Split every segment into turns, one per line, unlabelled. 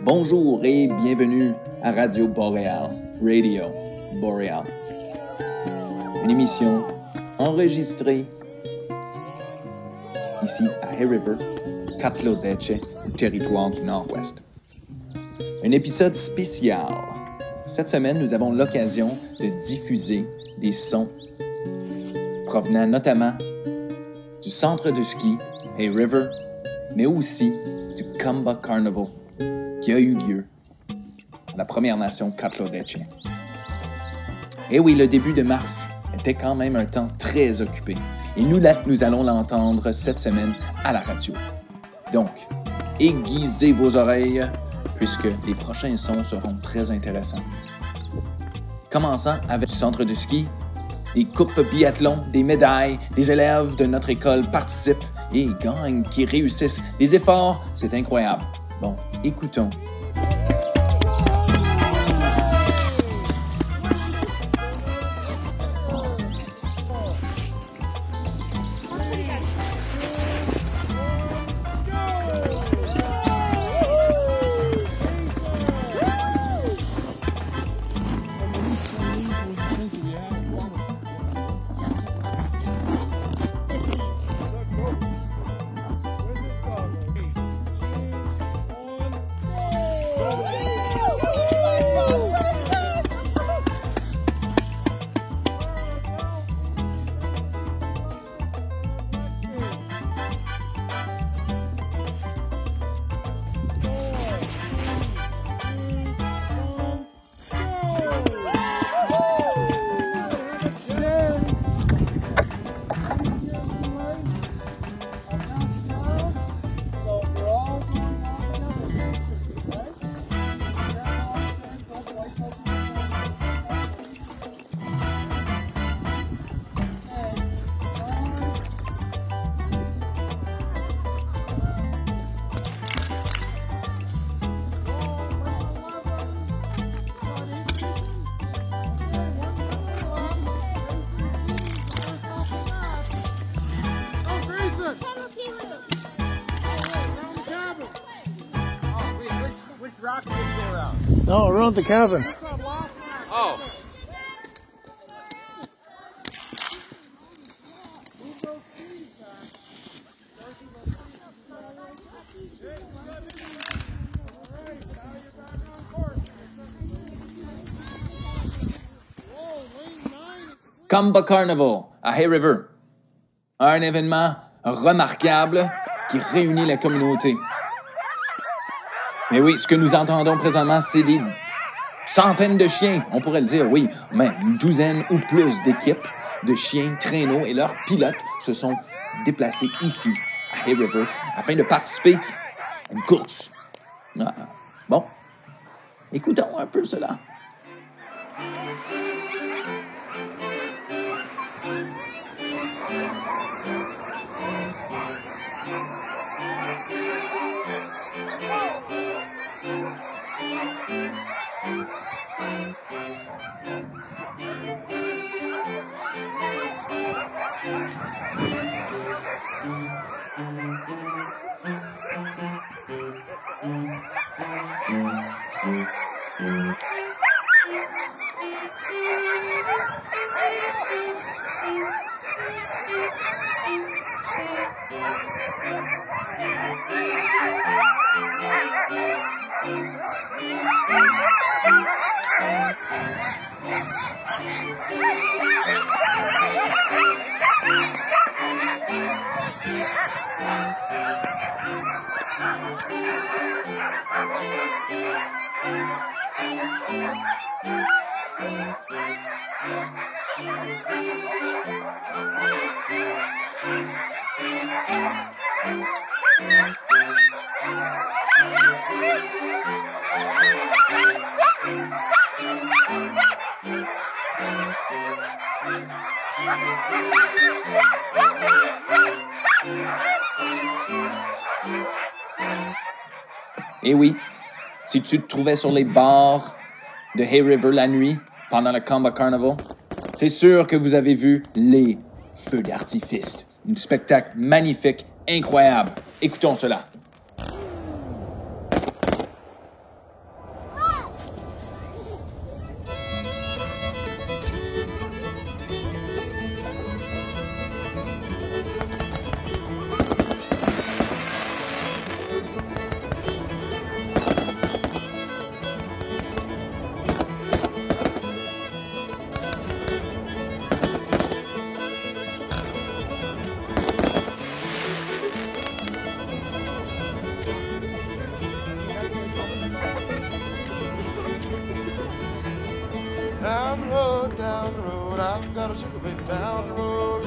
Bonjour et bienvenue à Radio Boréal, Radio Boréal. Une émission enregistrée ici à Hay River, Katlodeche, territoire du Nord-Ouest. Un épisode spécial. Cette semaine, nous avons l'occasion de diffuser des sons provenant notamment du centre de ski Hay River, mais aussi du Kamba Carnival qui a eu lieu à la Première Nation Katlodeche. Et oui, le début de mars était quand même un temps très occupé. Et nous allons l'entendre cette semaine à la radio. Donc, aiguisez vos oreilles, puisque les prochains sons seront très intéressants. Commençant avec du centre de ski, des coupes biathlon, des médailles, des élèves de notre école participent et gagnent, qui réussissent. Des efforts, c'est incroyable. Bon, écoutons.
No, around the cabin.
Oh.
Kamba Carnival à Hay River. Un événement remarquable qui réunit la communauté. Mais oui, ce que nous entendons présentement, c'est des centaines de chiens, on pourrait le dire, oui, mais une douzaine ou plus d'équipes de chiens traîneaux et leurs pilotes se sont déplacés ici, à Hay River, afin de participer à une course. Ah, bon, écoutons un peu cela. Et oui, si tu te trouvais sur les bords de Hay River la nuit, pendant le Kamba Carnival, c'est sûr que vous avez vu les feux d'artifice. Un spectacle magnifique, incroyable. Écoutons cela.
down the road. I've got a sugar baby down the road.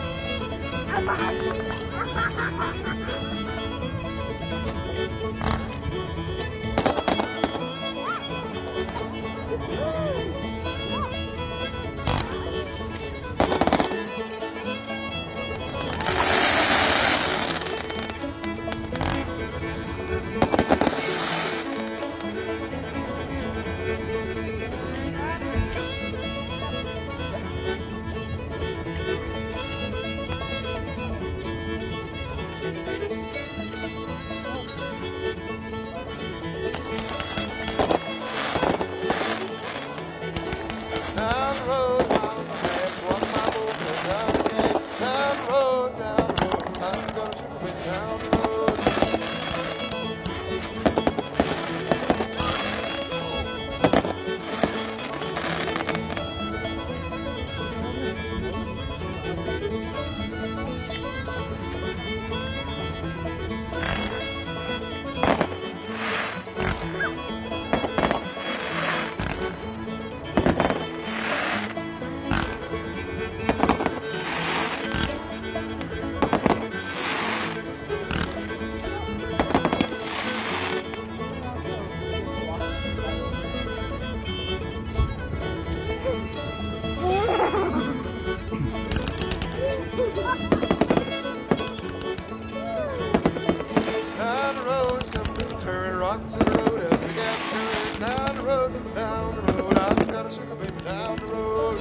Down the road, come to the turn, rocks in the road as we get turning. Down the road, I've got a sugar baby down the road.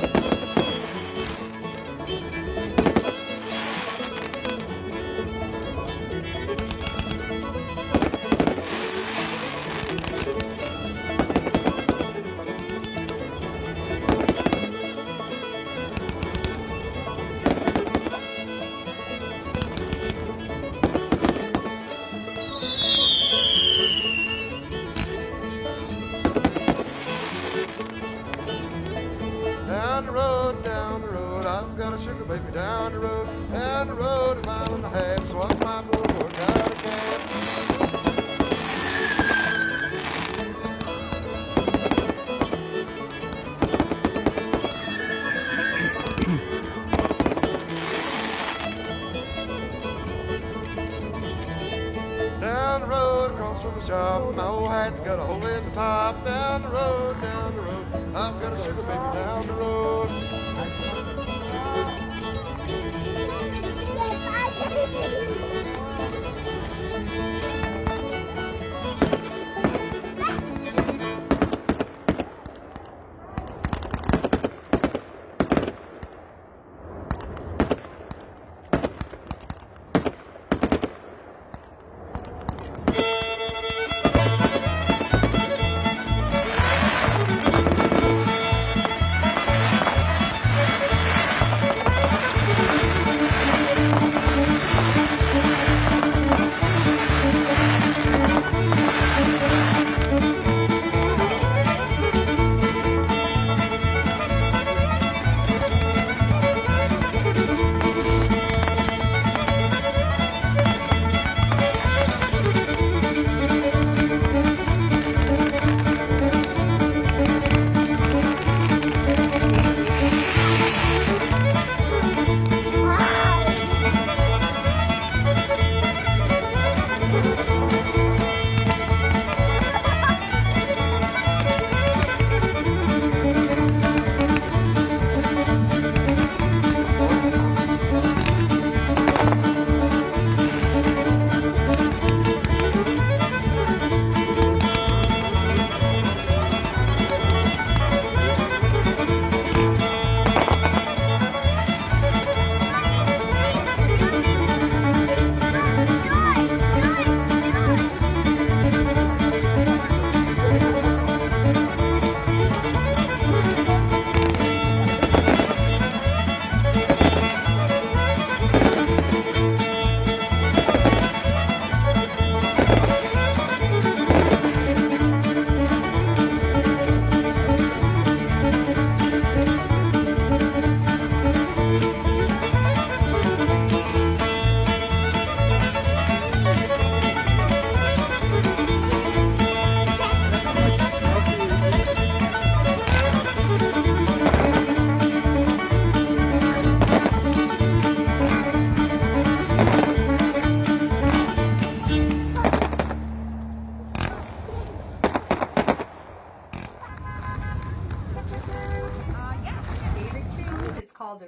Down the road, I've got a sugar baby down the road, a mile and a half, so I might go work out a cab. Down the road, across from the shop, my old hat's got a hole in the top. Down the road, I've got a sugar baby down the road.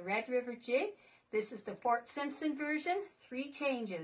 the Red River Jig. This is the Fort Simpson version, 3 changes.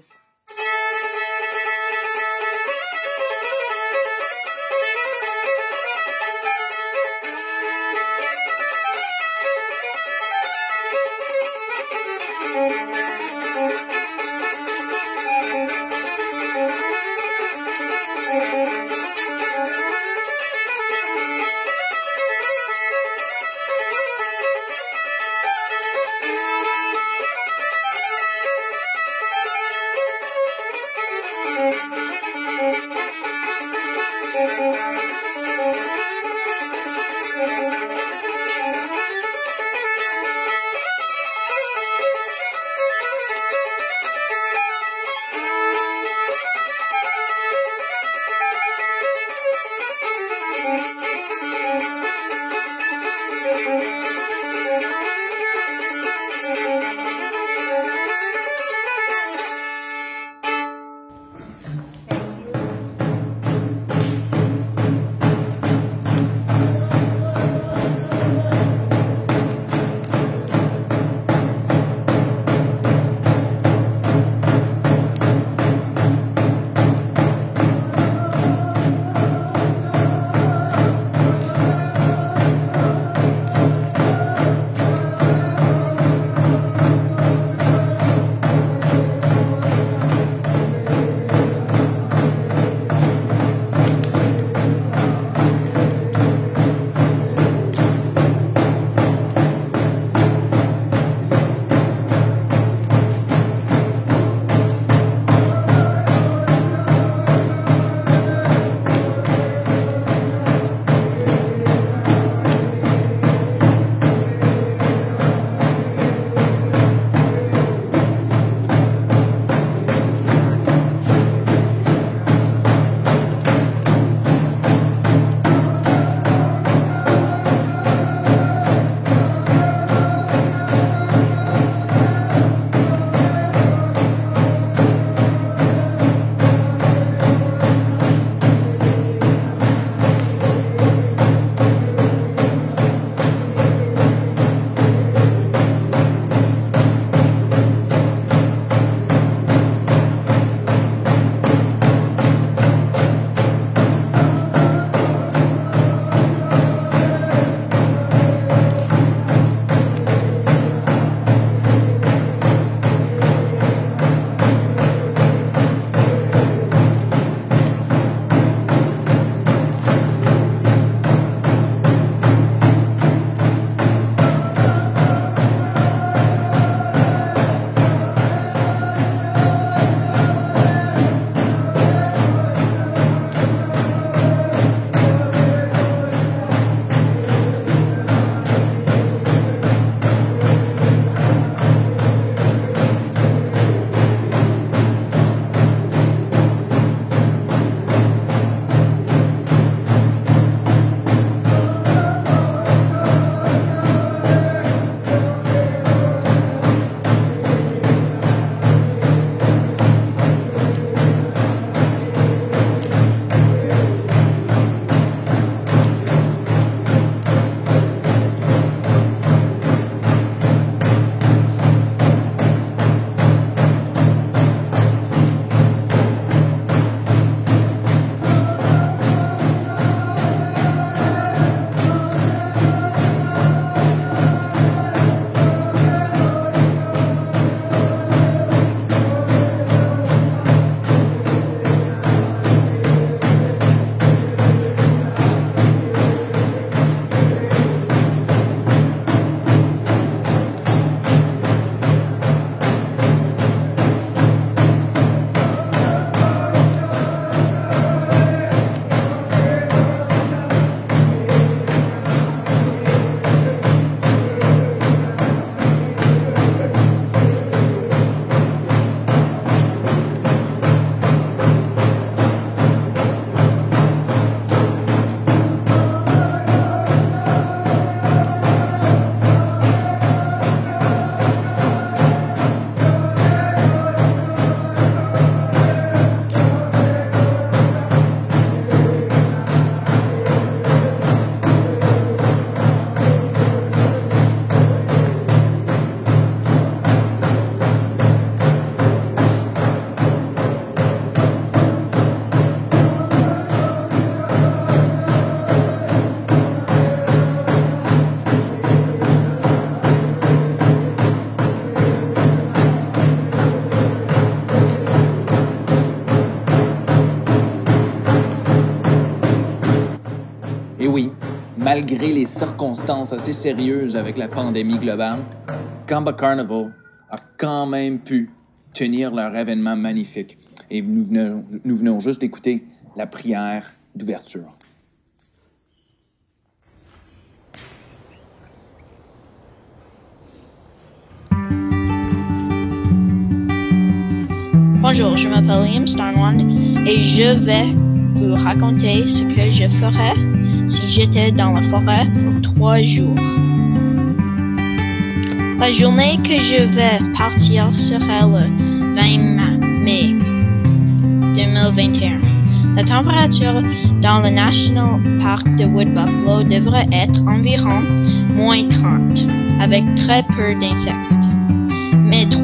malgré les circonstances assez sérieuses avec la pandémie globale, Kamba Carnival a quand même pu tenir leur événement magnifique. Et nous venons juste d'écouter la prière d'ouverture.
Bonjour, je m'appelle Liam Starnwand et je vais vous raconter ce que je ferais si j'étais dans la forêt pour 3 jours. La journée que je vais partir sera le 20 mai 2021. La température dans le National Park de Wood Buffalo devrait être environ moins 30, avec très peu d'insectes. Mes 10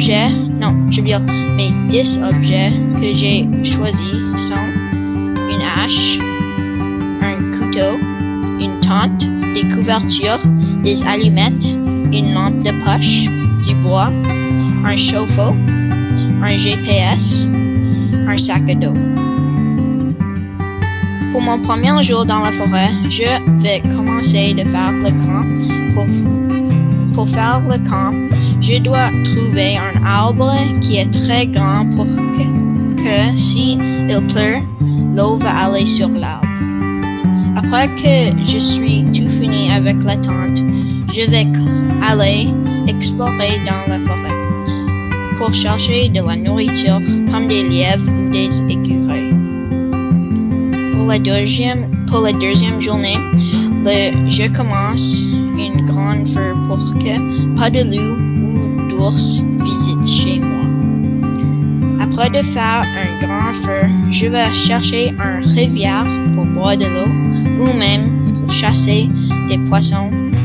objets que j'ai choisis sont une hache, un couteau, une tente, des couvertures, des allumettes, une lampe de poche, du bois, un chauffe-eau, un GPS, un sac à dos. Pour mon premier jour dans la forêt, je vais commencer de faire le camp. Pour faire le camp, je dois trouver un arbre qui est très grand pour que si il pleut, l'eau va aller sur l'arbre. Après que je suis tout fini avec la tente, je vais aller explorer dans la forêt pour chercher de la nourriture comme des lièvres ou des écureuils. Pour la deuxième journée, je commence une grande feu pour que pas de loup ou d'ours visitent chez moi. Après de faire un grand feu, je vais chercher un rivière pour boire de l'eau ou même pour chasser des poissons.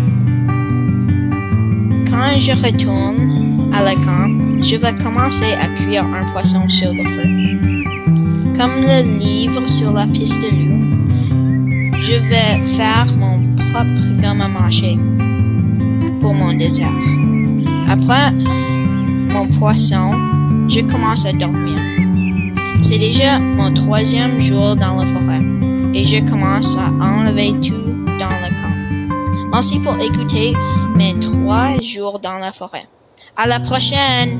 Quand je retourne à la camp, je vais commencer à cuire un poisson sur le feu. Comme le livre sur la piste de loup, je vais faire mon propre gomme à mâcher pour mon dessert. Après mon poisson, je commence à dormir. C'est déjà mon 3e jour dans la forêt et je commence à enlever tout dans le camp. Merci pour écouter mes 3 jours dans la forêt. À la prochaine!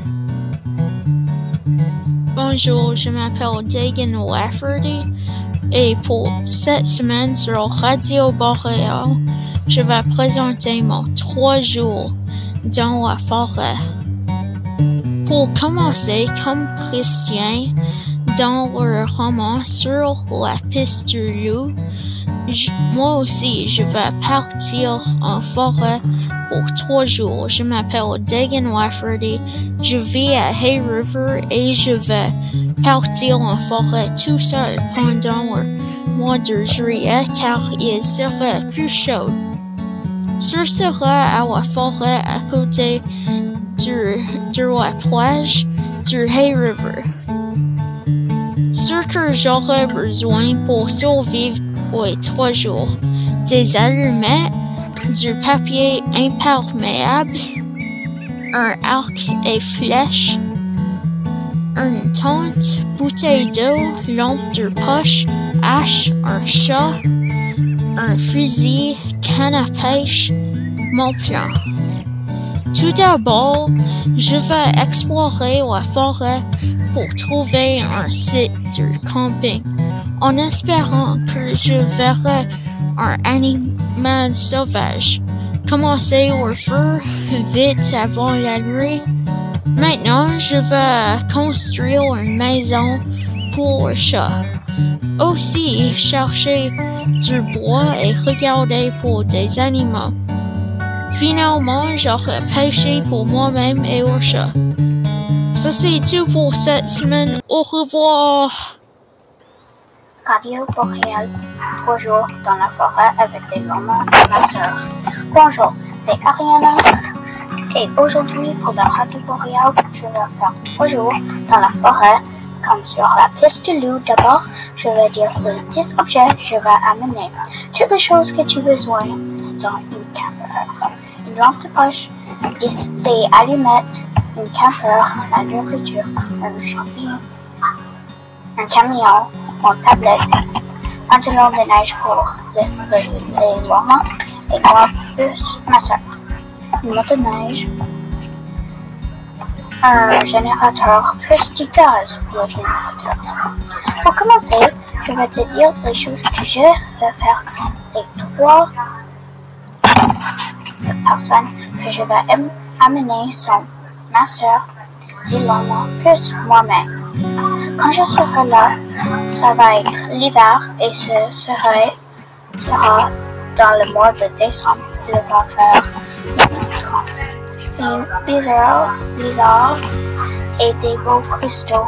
Bonjour, je m'appelle Dagan Lafferty et pour cette semaine sur Radio Boréal, je vais présenter mon 3 jours dans la forêt. Pour commencer, comme Christian, dans le roman sur la piste du loup, moi aussi, je vais partir en forêt pour 3 jours. Je m'appelle Dagan Lafferty, je vis à Hay River et je vais partir en forêt tout seul pendant le mois de juillet car il serait plus chaud. Ce sera à la forêt à côté de la plage du Hay River. Ce que j'aurai besoin pour survivre les 3 jours, des allumettes, du papier imperméable, un arc et flèche, une tente, bouteille d'eau, lampe de poche, hache, un chat, un fusil, canne à pêche, mon plan. Tout d'abord, je vais explorer la forêt pour trouver un site de camping, en espérant que je verrai un animal sauvage. Commencer le feu vite avant la nuit. Maintenant, je vais construire une maison pour le chat. Aussi, chercher du bois et regarder pour des animaux. Finalement, j'aurai pêché pour moi-même et le chat. Ça, c'est tout pour cette semaine. Au revoir!
Radio Boréal, 3 jours dans la forêt avec les mamans et ma sœur. Bonjour, c'est Ariana et aujourd'hui pour la Radio Boréal, je vais faire 3 jours dans la forêt comme sur la piste de loup. D'abord, je vais dire les 10 objets que je vais amener. Toutes les choses que tu as besoin dans une campeur. Une lampe de poche, des allumettes, une campeur, la nourriture, un champignon, un camion, une tablette, pantalon de neige pour les lamas et moi plus ma soeur. Une motoneige, un générateur plus du gaz pour le générateur. Pour commencer, je vais te dire les choses que je vais faire. Les 3 personnes que je vais amener sont ma soeur, Dylan, plus moi-même. Quand je serai là, ça va être l'hiver et ce sera dans le mois de décembre. Il va faire 30. Une blizzard et des beaux cristaux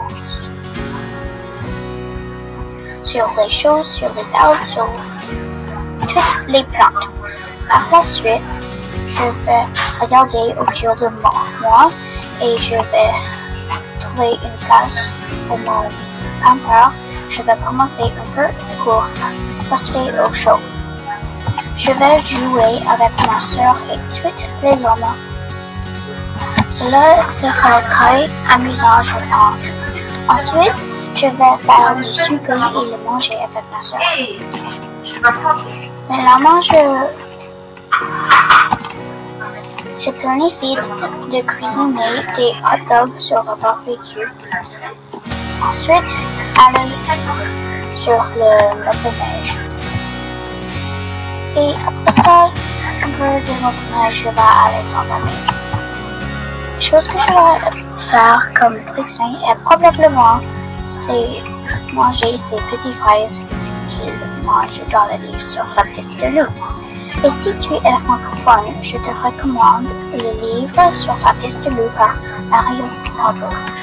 sur les choses, sur les arbres, sur toutes les plantes. Par la suite, je vais regarder autour de moi et je vais trouver une place pour mon grand-père. Je vais commencer un peu pour rester au chaud. Je vais jouer avec ma soeur et toutes les lamas. Cela sera très amusant, je pense. Ensuite, je vais faire du souper et le manger avec ma soeur. Mais là, je planifie de cuisiner des hot dogs sur le barbecue. Ensuite, aller sur le motoneige. Et après ça, un peu de motoneige, je vais aller s'envoler. La chose que je vais faire comme cuisine est probablement manger ces petits fraises qu'ils mangent dans le livre sur la piste de loup. Et si tu es francophone, je te recommande le livre sur la piste de loup par Mario Roberge.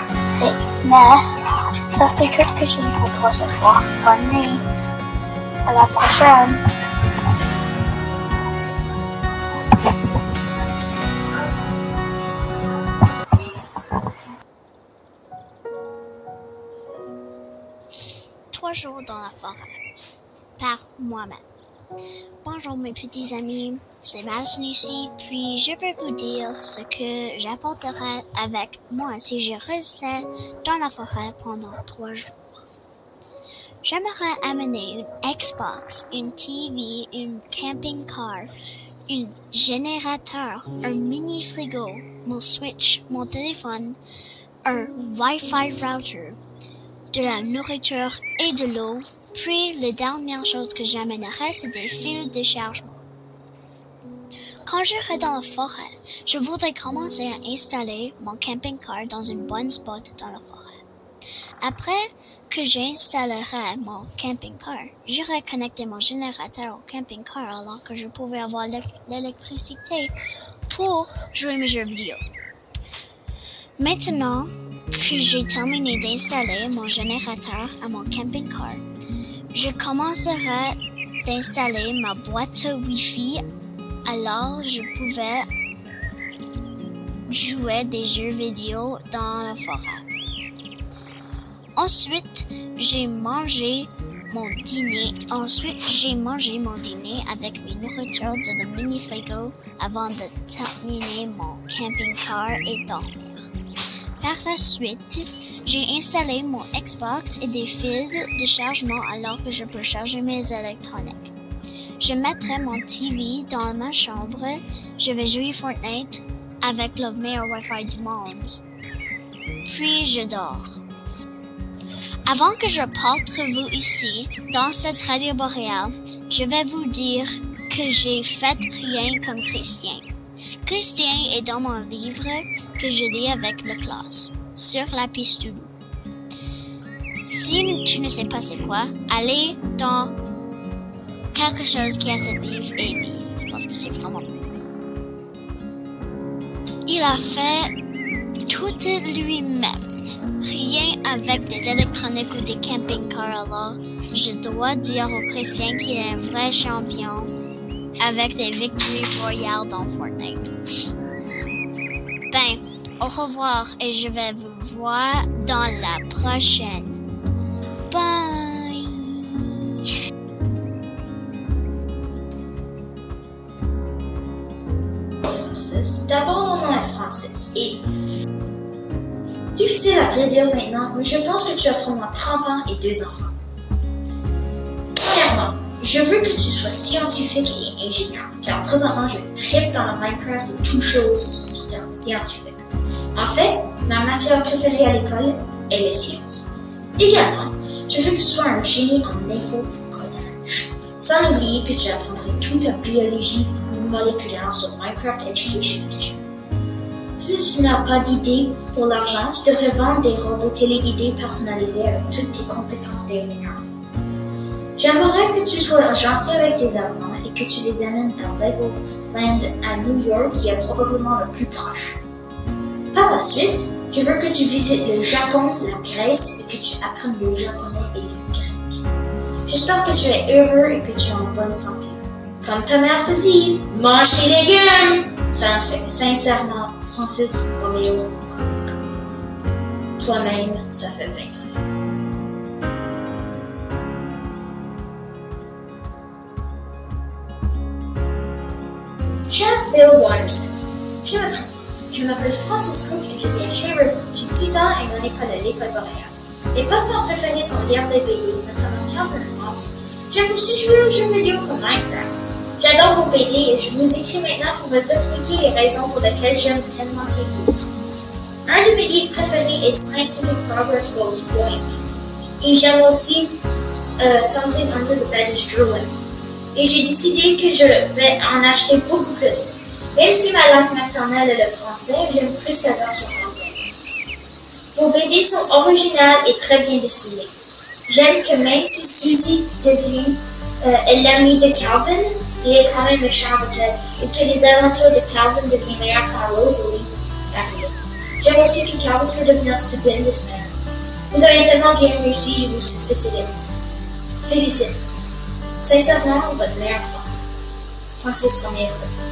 Mais ça c'est tout ce que j'ai pour toi ce soir. Bonne nuit. À la prochaine.
Trois jours dans la forêt, par moi-même. Bonjour mes petits amis, c'est Madison ici, puis je vais vous dire ce que j'apporterai avec moi si je restais dans la forêt pendant 3 jours. J'aimerais amener une Xbox, une TV, une camping car, un générateur, un mini frigo, mon Switch, mon téléphone, un Wi-Fi router, de la nourriture et de l'eau. Puis, la dernière chose que j'amènerai, c'est des fils de chargement. Quand j'irai dans la forêt, je voudrais commencer à installer mon camping-car dans une bonne spot dans la forêt. Après que j'installerai mon camping-car, j'irai connecter mon générateur au camping-car alors que je pouvais avoir l'électricité pour jouer mes jeux vidéo. Maintenant que j'ai terminé d'installer mon générateur à mon camping-car, je commencerai d'installer ma boîte Wi-Fi, alors je pouvais jouer des jeux vidéo dans la forêt. Ensuite, j'ai mangé mon dîner avec mes nourritures de la mini frigo avant de terminer mon camping-car et dormir. Par la suite, j'ai installé mon Xbox et des fils de chargement alors que je peux charger mes électroniques. Je mettrai mon TV dans ma chambre. Je vais jouer Fortnite avec le meilleur Wi-Fi du monde. Puis je dors. Avant que je parte vous ici, dans cette radio boréale, je vais vous dire que j'ai fait rien comme Christian. Christian est dans mon livre que je lis avec la classe, sur la piste du loup. Si tu ne sais pas c'est quoi, allez dans quelque chose qui a ce livre et lis, parce que c'est vraiment bon. Il a fait tout lui-même, rien avec des électroniques ou des camping-cars, alors je dois dire au Christian qu'il est un vrai champion avec des victoires royales dans Fortnite. Ben, au revoir et je vais vous voir dans la prochaine. Bye!
D'abord, mon nom est Francis et difficile à prédire maintenant, mais je pense que tu as probablement 30 ans et 2 enfants. Je veux que tu sois scientifique et ingénieur, car présentement je tripe dans le Minecraft et toutes choses scientifiques. En fait, ma matière préférée à l'école est les sciences. Également, je veux que tu sois un génie en infocodage. Sans oublier que tu apprendrais toute ta biologie moléculaire sur Minecraft Education Edition. Si tu n'as pas d'idée pour l'argent, tu devrais vendre des robots téléguidés personnalisés avec toutes tes compétences d'ingénieur. J'aimerais que tu sois gentil avec tes enfants et que tu les amènes à Legoland à New York, qui est probablement le plus proche. Par la suite, je veux que tu visites le Japon, la Grèce et que tu apprennes le japonais et le grec. J'espère que tu es heureux et que tu es en bonne santé. Comme ta mère te dit, mange tes légumes! Sincèrement, Francis Romeo. Toi-même, ça fait 20 ans. Cher Bill Watterson, je me présente. Je m'appelle Francis Cook et je viens à Hayward. J'ai 10 ans et mon école est l'école boréale. Mes passe-temps préférés sont lire des BD, notamment Calvin Hobbes. J'aime aussi jouer aux jeux vidéo comme Minecraft. J'adore vos BD et je vous écris maintenant pour vous expliquer les raisons pour lesquelles j'aime tellement tes livres. Un de mes livres préférés est Scientific Progress Goes Boing. Et j'aime aussi Something Under the Bed is Drooling. Et j'ai décidé que je vais en acheter beaucoup plus. Même si ma langue maternelle est le français, j'aime plus la version anglaise. Vos BD sont originales et très bien dessinées. J'aime que même si Suzy devient l'amie de Calvin, il est quand même méchant avec elle, et que les aventures de Calvin deviennent meilleures quand Rosalie arrive. J'aime aussi que Calvin peut devenir stupendous man. Vous avez tellement bien réussi, je vous félicite. Sincèrement, votre meilleure femme. Francis Romeo.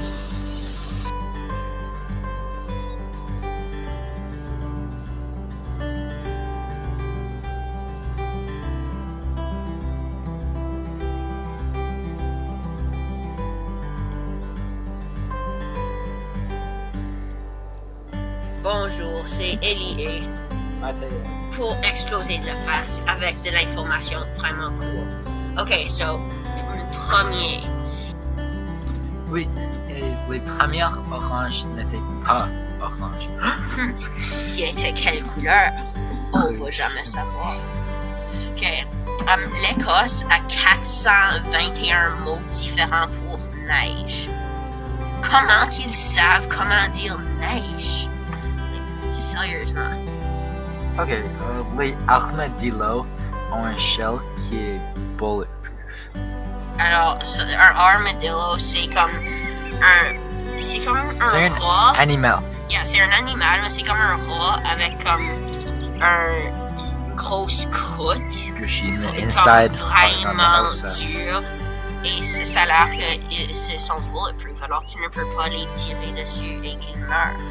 Bonjour, c'est Ellie et pour exploser de la face avec de l'information vraiment cool. Ok, so, premier.
Oui, et les premières oranges n'étaient pas oranges.
Qui était quelle couleur? On va jamais savoir. Ok, l'Écosse a 421 mots différents pour neige. Comment qu'ils savent comment dire neige? Sérieusement.
Ok, les armadillos ont un shell qui est bulletproof.
Alors, un armadillo, c'est comme un rat.
Un animal.
Yeah, c'est un animal, mais c'est comme un rat avec comme une grosse croûte.
Inside.
Vraiment dur. Et ça a l'air que c'est son bulletproof, alors tu ne peux pas les tirer dessus et qu'ils meurent.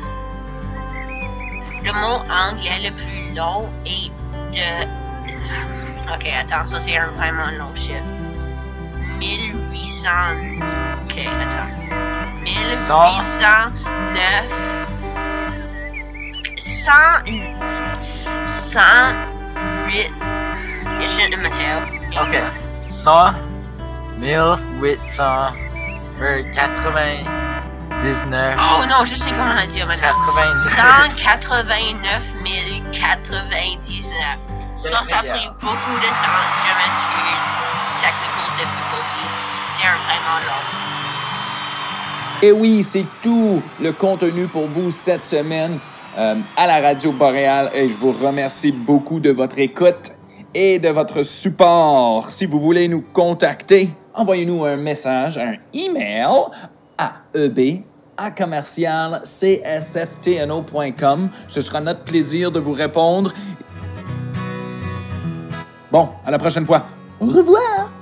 Le mot anglais le plus long est de... Ok, attends, ça c'est un vraiment long chiffre. 1800... Ok, attends. 1809... 108... Je ne me
Ok, 100... 1899.
Oh non, je sais comment le dire maintenant. 189 099. Ça a pris beaucoup de temps. Je m'excuse. Technical difficulties. C'est vraiment long.
Et oui, c'est tout le contenu pour vous cette semaine à la Radio Boréale. Et je vous remercie beaucoup de votre écoute et de votre support. Si vous voulez nous contacter, envoyez-nous un message, un email à eb@csftno.com. Ce sera notre plaisir de vous répondre. Bon, à la prochaine fois. Au revoir!